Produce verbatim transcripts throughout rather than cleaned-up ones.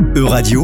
Euradio,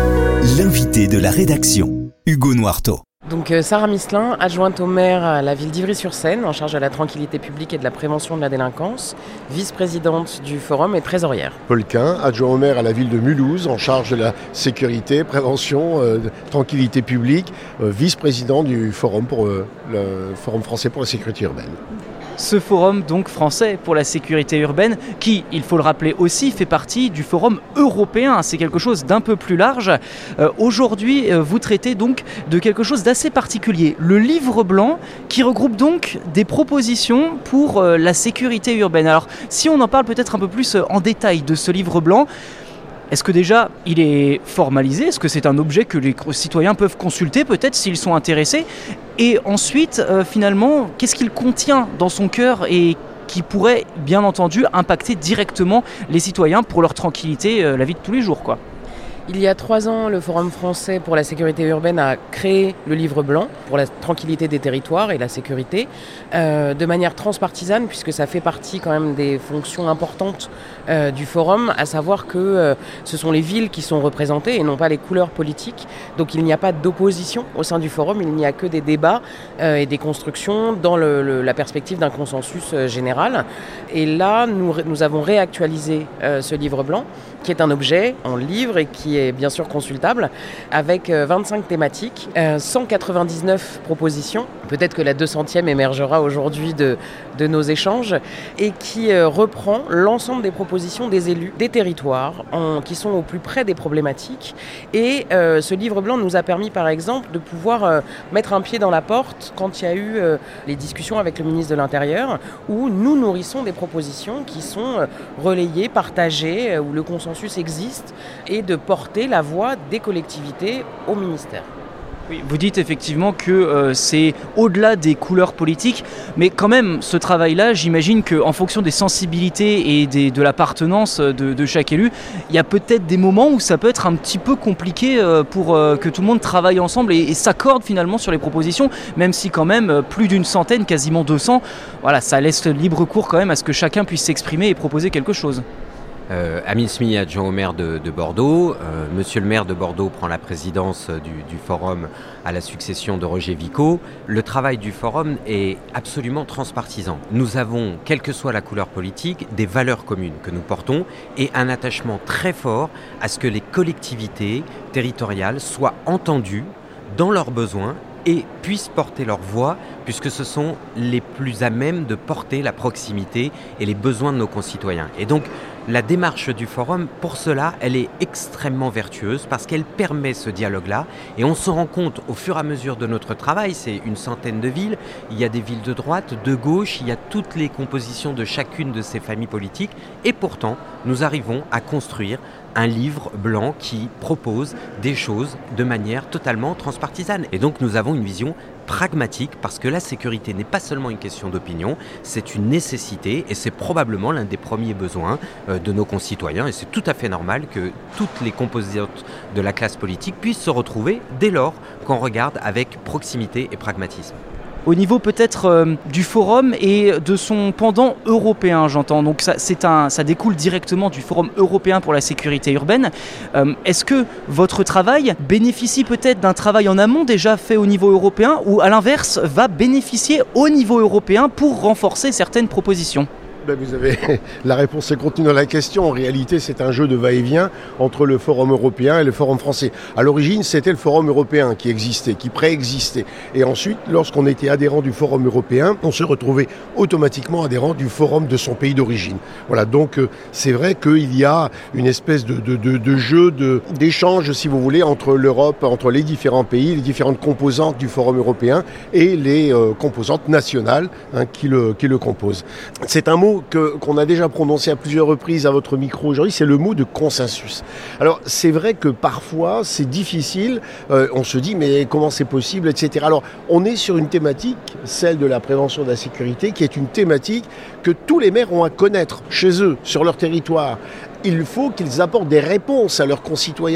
l'invité de la rédaction, Hugo Noirteau. Donc Sarah Misselin, adjointe au maire à la ville d'Ivry-sur-Seine, en charge de la tranquillité publique et de la prévention de la délinquance, vice-présidente du forum et trésorière. Paul Quin, adjoint au maire à la ville de Mulhouse, en charge de la sécurité, prévention, euh, tranquillité publique, euh, vice-président du forum pour euh, le Forum français pour la sécurité urbaine. Ce forum donc français pour la sécurité urbaine qui, il faut le rappeler aussi, fait partie du forum européen. C'est quelque chose d'un peu plus large. Euh, aujourd'hui, euh, vous traitez donc de quelque chose d'assez particulier. Le livre blanc qui regroupe donc des propositions pour euh, la sécurité urbaine. Alors, si on en parle peut-être un peu plus euh, en détail de ce livre blanc, est-ce que déjà il est formalisé ? Est-ce que c'est un objet que les citoyens peuvent consulter peut-être s'ils sont intéressés ? Et ensuite, euh, finalement, qu'est-ce qu'il contient dans son cœur et qui pourrait, bien entendu, impacter directement les citoyens pour leur tranquillité, euh, la vie de tous les jours, quoi ? Il y a trois ans, le Forum français pour la sécurité urbaine a créé le livre blanc pour la tranquillité des territoires et la sécurité euh, de manière transpartisane, puisque ça fait partie quand même des fonctions importantes euh, du forum, à savoir que euh, ce sont les villes qui sont représentées et non pas les couleurs politiques. Donc il n'y a pas d'opposition au sein du forum, il n'y a que des débats euh, et des constructions dans le, le, la perspective d'un consensus euh, général. Et là, nous, nous avons réactualisé euh, ce livre blanc, qui est un objet en livre et qui est bien sûr consultable, avec vingt-cinq thématiques, cent quatre-vingt-dix-neuf propositions. Peut-être que la deux centième émergera aujourd'hui de, de nos échanges, et qui reprend l'ensemble des propositions des élus, des territoires, en, qui sont au plus près des problématiques. Et euh, ce livre blanc nous a permis par exemple de pouvoir euh, mettre un pied dans la porte quand il y a eu euh, les discussions avec le ministre de l'Intérieur, où nous nourrissons des propositions qui sont euh, relayées, partagées, euh, où le consensus existe, et de porter la voix des collectivités au ministère. Oui, vous dites effectivement que euh, c'est au-delà des couleurs politiques, mais quand même, ce travail-là, j'imagine qu'en fonction des sensibilités et des, de l'appartenance de, de chaque élu, il y a peut-être des moments où ça peut être un petit peu compliqué euh, pour euh, que tout le monde travaille ensemble et, et s'accorde finalement sur les propositions, même si quand même plus d'une centaine, quasiment deux cents, voilà, ça laisse libre cours quand même à ce que chacun puisse s'exprimer et proposer quelque chose. Euh, Amine Smilly, adjoint au maire de, de Bordeaux. Euh, Monsieur le maire de Bordeaux prend la présidence du, du forum à la succession de Roger Vico. Le travail du forum est absolument transpartisan. Nous avons, quelle que soit la couleur politique, des valeurs communes que nous portons et un attachement très fort à ce que les collectivités territoriales soient entendues dans leurs besoins et puissent porter leur voix, puisque ce sont les plus à même de porter la proximité et les besoins de nos concitoyens. Et donc, la démarche du forum, pour cela, elle est extrêmement vertueuse parce qu'elle permet ce dialogue-là. Et on se rend compte au fur et à mesure de notre travail, c'est une centaine de villes, il y a des villes de droite, de gauche, il y a toutes les compositions de chacune de ces familles politiques. Et pourtant, nous arrivons à construire un livre blanc qui propose des choses de manière totalement transpartisane. Et donc nous avons une vision pragmatique parce que la sécurité n'est pas seulement une question d'opinion, c'est une nécessité et c'est probablement l'un des premiers besoins de nos concitoyens. Et c'est tout à fait normal que toutes les composantes de la classe politique puissent se retrouver dès lors qu'on regarde avec proximité et pragmatisme. Au niveau peut-être euh, du forum et de son pendant européen, j'entends. Donc ça, c'est un, ça découle directement du Forum européen pour la sécurité urbaine. Euh, est-ce que votre travail bénéficie peut-être d'un travail en amont déjà fait au niveau européen ou à l'inverse va bénéficier au niveau européen pour renforcer certaines propositions ? Ben vous avez la réponse est contenue dans la question. En réalité, c'est un jeu de va-et-vient entre le Forum européen et le Forum français. À l'origine, c'était le Forum européen qui existait, qui préexistait. Et ensuite, lorsqu'on était adhérent du Forum européen, on se retrouvait automatiquement adhérent du Forum de son pays d'origine. Voilà, donc euh, c'est vrai qu'il y a une espèce de, de, de, de jeu, de, d'échange, si vous voulez, entre l'Europe, entre les différents pays, les différentes composantes du Forum européen et les euh, composantes nationales hein, qui, le, qui le composent. C'est un mot Que, qu'on a déjà prononcé à plusieurs reprises à votre micro aujourd'hui, c'est le mot de consensus. Alors c'est vrai que parfois c'est difficile, euh, on se dit mais comment c'est possible, et cetera. Alors on est sur une thématique, celle de la prévention de la sécurité, qui est une thématique que tous les maires ont à connaître chez eux, sur leur territoire. Il faut qu'ils apportent des réponses à leurs concitoyens.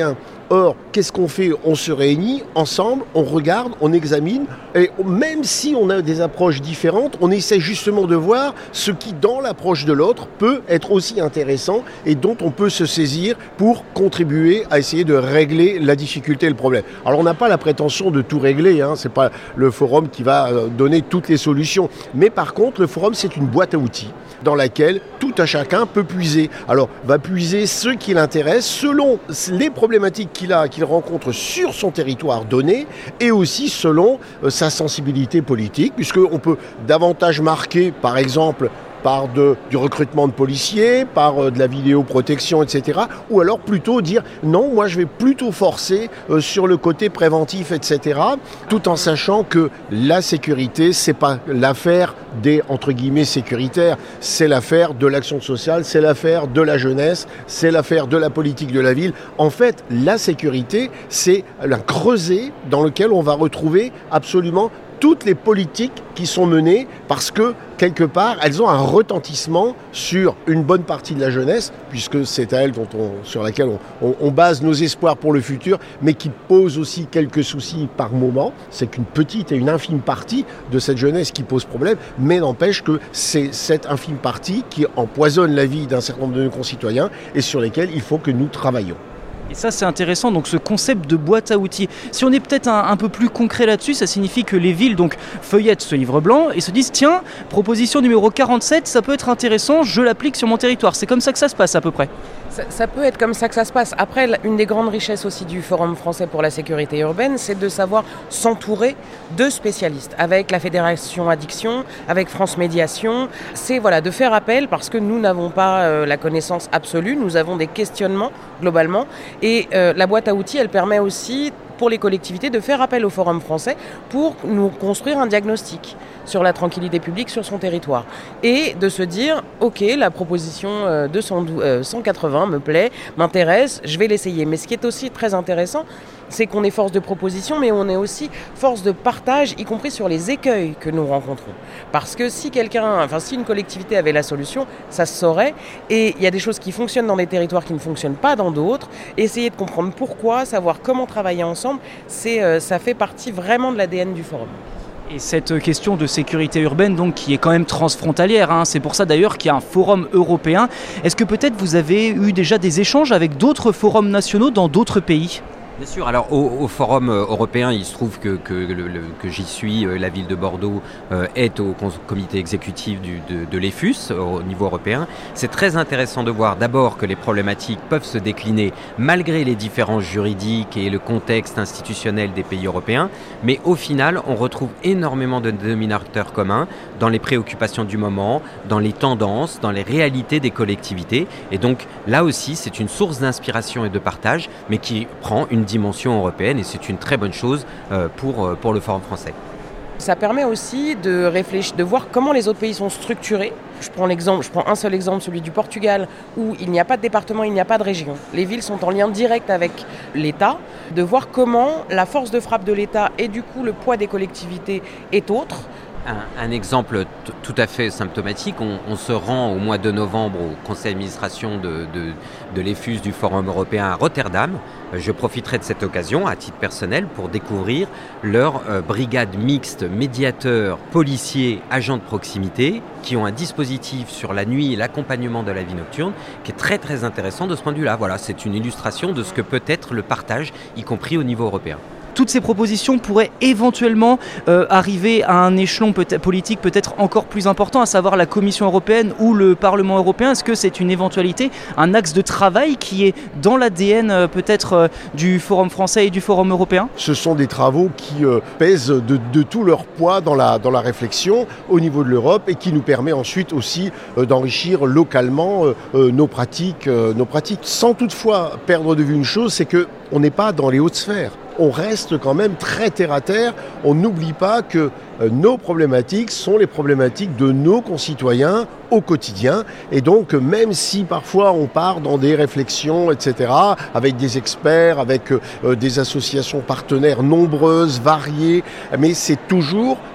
Or, qu'est-ce qu'on fait? On se réunit ensemble, on regarde, on examine, et même si on a des approches différentes, on essaie justement de voir ce qui, dans l'approche de l'autre, peut être aussi intéressant et dont on peut se saisir pour contribuer à essayer de régler la difficulté et le problème. Alors, on n'a pas la prétention de tout régler, hein, c'est pas le forum qui va donner toutes les solutions, mais par contre, le forum, c'est une boîte à outils dans laquelle tout un chacun peut puiser. Alors, va puiser ce qui l'intéresse selon les problématiques qu'il a, qu'il rencontre sur son territoire donné, et aussi selon euh, sa sensibilité politique, puisqu'on peut davantage marquer, par exemple, par de, du recrutement de policiers, par euh, de la vidéoprotection, et cetera. Ou alors plutôt dire non, moi je vais plutôt forcer euh, sur le côté préventif, et cetera. Tout en sachant que la sécurité, c'est pas l'affaire des entre guillemets sécuritaires, c'est l'affaire de l'action sociale, c'est l'affaire de la jeunesse, c'est l'affaire de la politique de la ville. En fait, la sécurité, c'est un creuset dans lequel on va retrouver absolument toutes les politiques qui sont menées, parce que, quelque part, elles ont un retentissement sur une bonne partie de la jeunesse, puisque c'est à elle dont on, sur laquelle on, on, on base nos espoirs pour le futur, mais qui pose aussi quelques soucis par moment. C'est qu'une petite et une infime partie de cette jeunesse qui pose problème, mais n'empêche que c'est cette infime partie qui empoisonne la vie d'un certain nombre de nos concitoyens et sur lesquels il faut que nous travaillions. Et ça, c'est intéressant, donc ce concept de boîte à outils. Si on est peut-être un, un peu plus concret là-dessus, ça signifie que les villes donc feuillettent ce livre blanc et se disent tiens, proposition numéro quarante-sept, ça peut être intéressant, je l'applique sur mon territoire. C'est comme ça que ça se passe à peu près. Ça, ça peut être comme ça que ça se passe. Après, une des grandes richesses aussi du Forum français pour la sécurité urbaine, c'est de savoir s'entourer de spécialistes. Avec la Fédération Addiction, avec France Médiation, c'est voilà, de faire appel, parce que nous n'avons pas euh, la connaissance absolue, nous avons des questionnements globalement. Et euh, la boîte à outils, elle permet aussi pour les collectivités de faire appel au Forum français pour nous construire un diagnostic sur la tranquillité publique sur son territoire. Et de se dire, ok, la proposition euh, deux cent quatre-vingts me plaît, m'intéresse, je vais l'essayer. Mais ce qui est aussi très intéressant, c'est qu'on est force de proposition, mais on est aussi force de partage, y compris sur les écueils que nous rencontrons. Parce que si quelqu'un, enfin si une collectivité avait la solution, ça se saurait. Et il y a des choses qui fonctionnent dans des territoires qui ne fonctionnent pas dans d'autres. Essayer de comprendre pourquoi, savoir comment travailler ensemble, c'est, euh, ça fait partie vraiment de l'A D N du Forum. Et cette question de sécurité urbaine, donc, qui est quand même transfrontalière, hein, c'est pour ça d'ailleurs qu'il y a un forum européen. Est-ce que peut-être vous avez eu déjà des échanges avec d'autres forums nationaux dans d'autres pays ? Bien sûr, alors au, au Forum européen, il se trouve que, que, le, le, que j'y suis, la ville de Bordeaux euh, est au comité exécutif du, de, de l'E F U S au niveau européen. C'est très intéressant de voir d'abord que les problématiques peuvent se décliner malgré les différences juridiques et le contexte institutionnel des pays européens, mais au final, on retrouve énormément de dénominateurs communs dans les préoccupations du moment, dans les tendances, dans les réalités des collectivités. Et donc là aussi, c'est une source d'inspiration et de partage, mais qui prend une dimension européenne, et c'est une très bonne chose euh, pour, euh, pour le Forum français. Ça permet aussi de réfléchir, de voir comment les autres pays sont structurés. Je prends l'exemple, je prends un seul exemple, celui du Portugal, où il n'y a pas de département, il n'y a pas de région. Les villes sont en lien direct avec l'État, de voir comment la force de frappe de l'État et du coup le poids des collectivités est autre. Un, un exemple t- tout à fait symptomatique, on, on se rend au mois de novembre au conseil d'administration de, de, de l'E F U S du Forum européen à Rotterdam. Je profiterai de cette occasion, à titre personnel, pour découvrir leur euh, brigade mixte médiateurs, policiers, agents de proximité, qui ont un dispositif sur la nuit et l'accompagnement de la vie nocturne qui est très très intéressant de ce point de vue-là. Voilà, c'est une illustration de ce que peut être le partage, y compris au niveau européen. Toutes ces propositions pourraient éventuellement euh, arriver à un échelon peut- politique peut-être encore plus important, à savoir la Commission européenne ou le Parlement européen. Est-ce que c'est une éventualité, un axe de travail qui est dans l'A D N euh, peut-être euh, du Forum français et du Forum européen ? Ce sont des travaux qui euh, pèsent de, de tout leur poids dans la, dans la réflexion au niveau de l'Europe et qui nous permet ensuite aussi euh, d'enrichir localement euh, euh, nos pratiques, euh, nos pratiques. Sans toutefois perdre de vue une chose, c'est qu'on n'est pas dans les hautes sphères. On reste quand même très terre à terre. On n'oublie pas que euh, nos problématiques sont les problématiques de nos concitoyens au quotidien. Et donc, même si parfois on part dans des réflexions, et cetera, avec des experts, avec euh, des associations partenaires nombreuses, variées, mais c'est toujours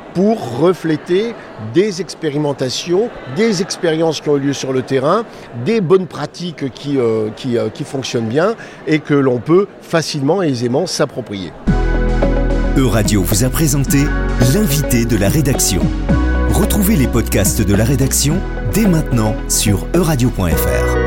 pour refléter des expérimentations, des expériences qui ont eu lieu sur le terrain, des bonnes pratiques qui, euh, qui, euh, qui fonctionnent bien et que l'on peut facilement et aisément s'approprier. Euradio vous a présenté l'invité de la rédaction. Retrouvez les podcasts de la rédaction dès maintenant sur euradio point f r.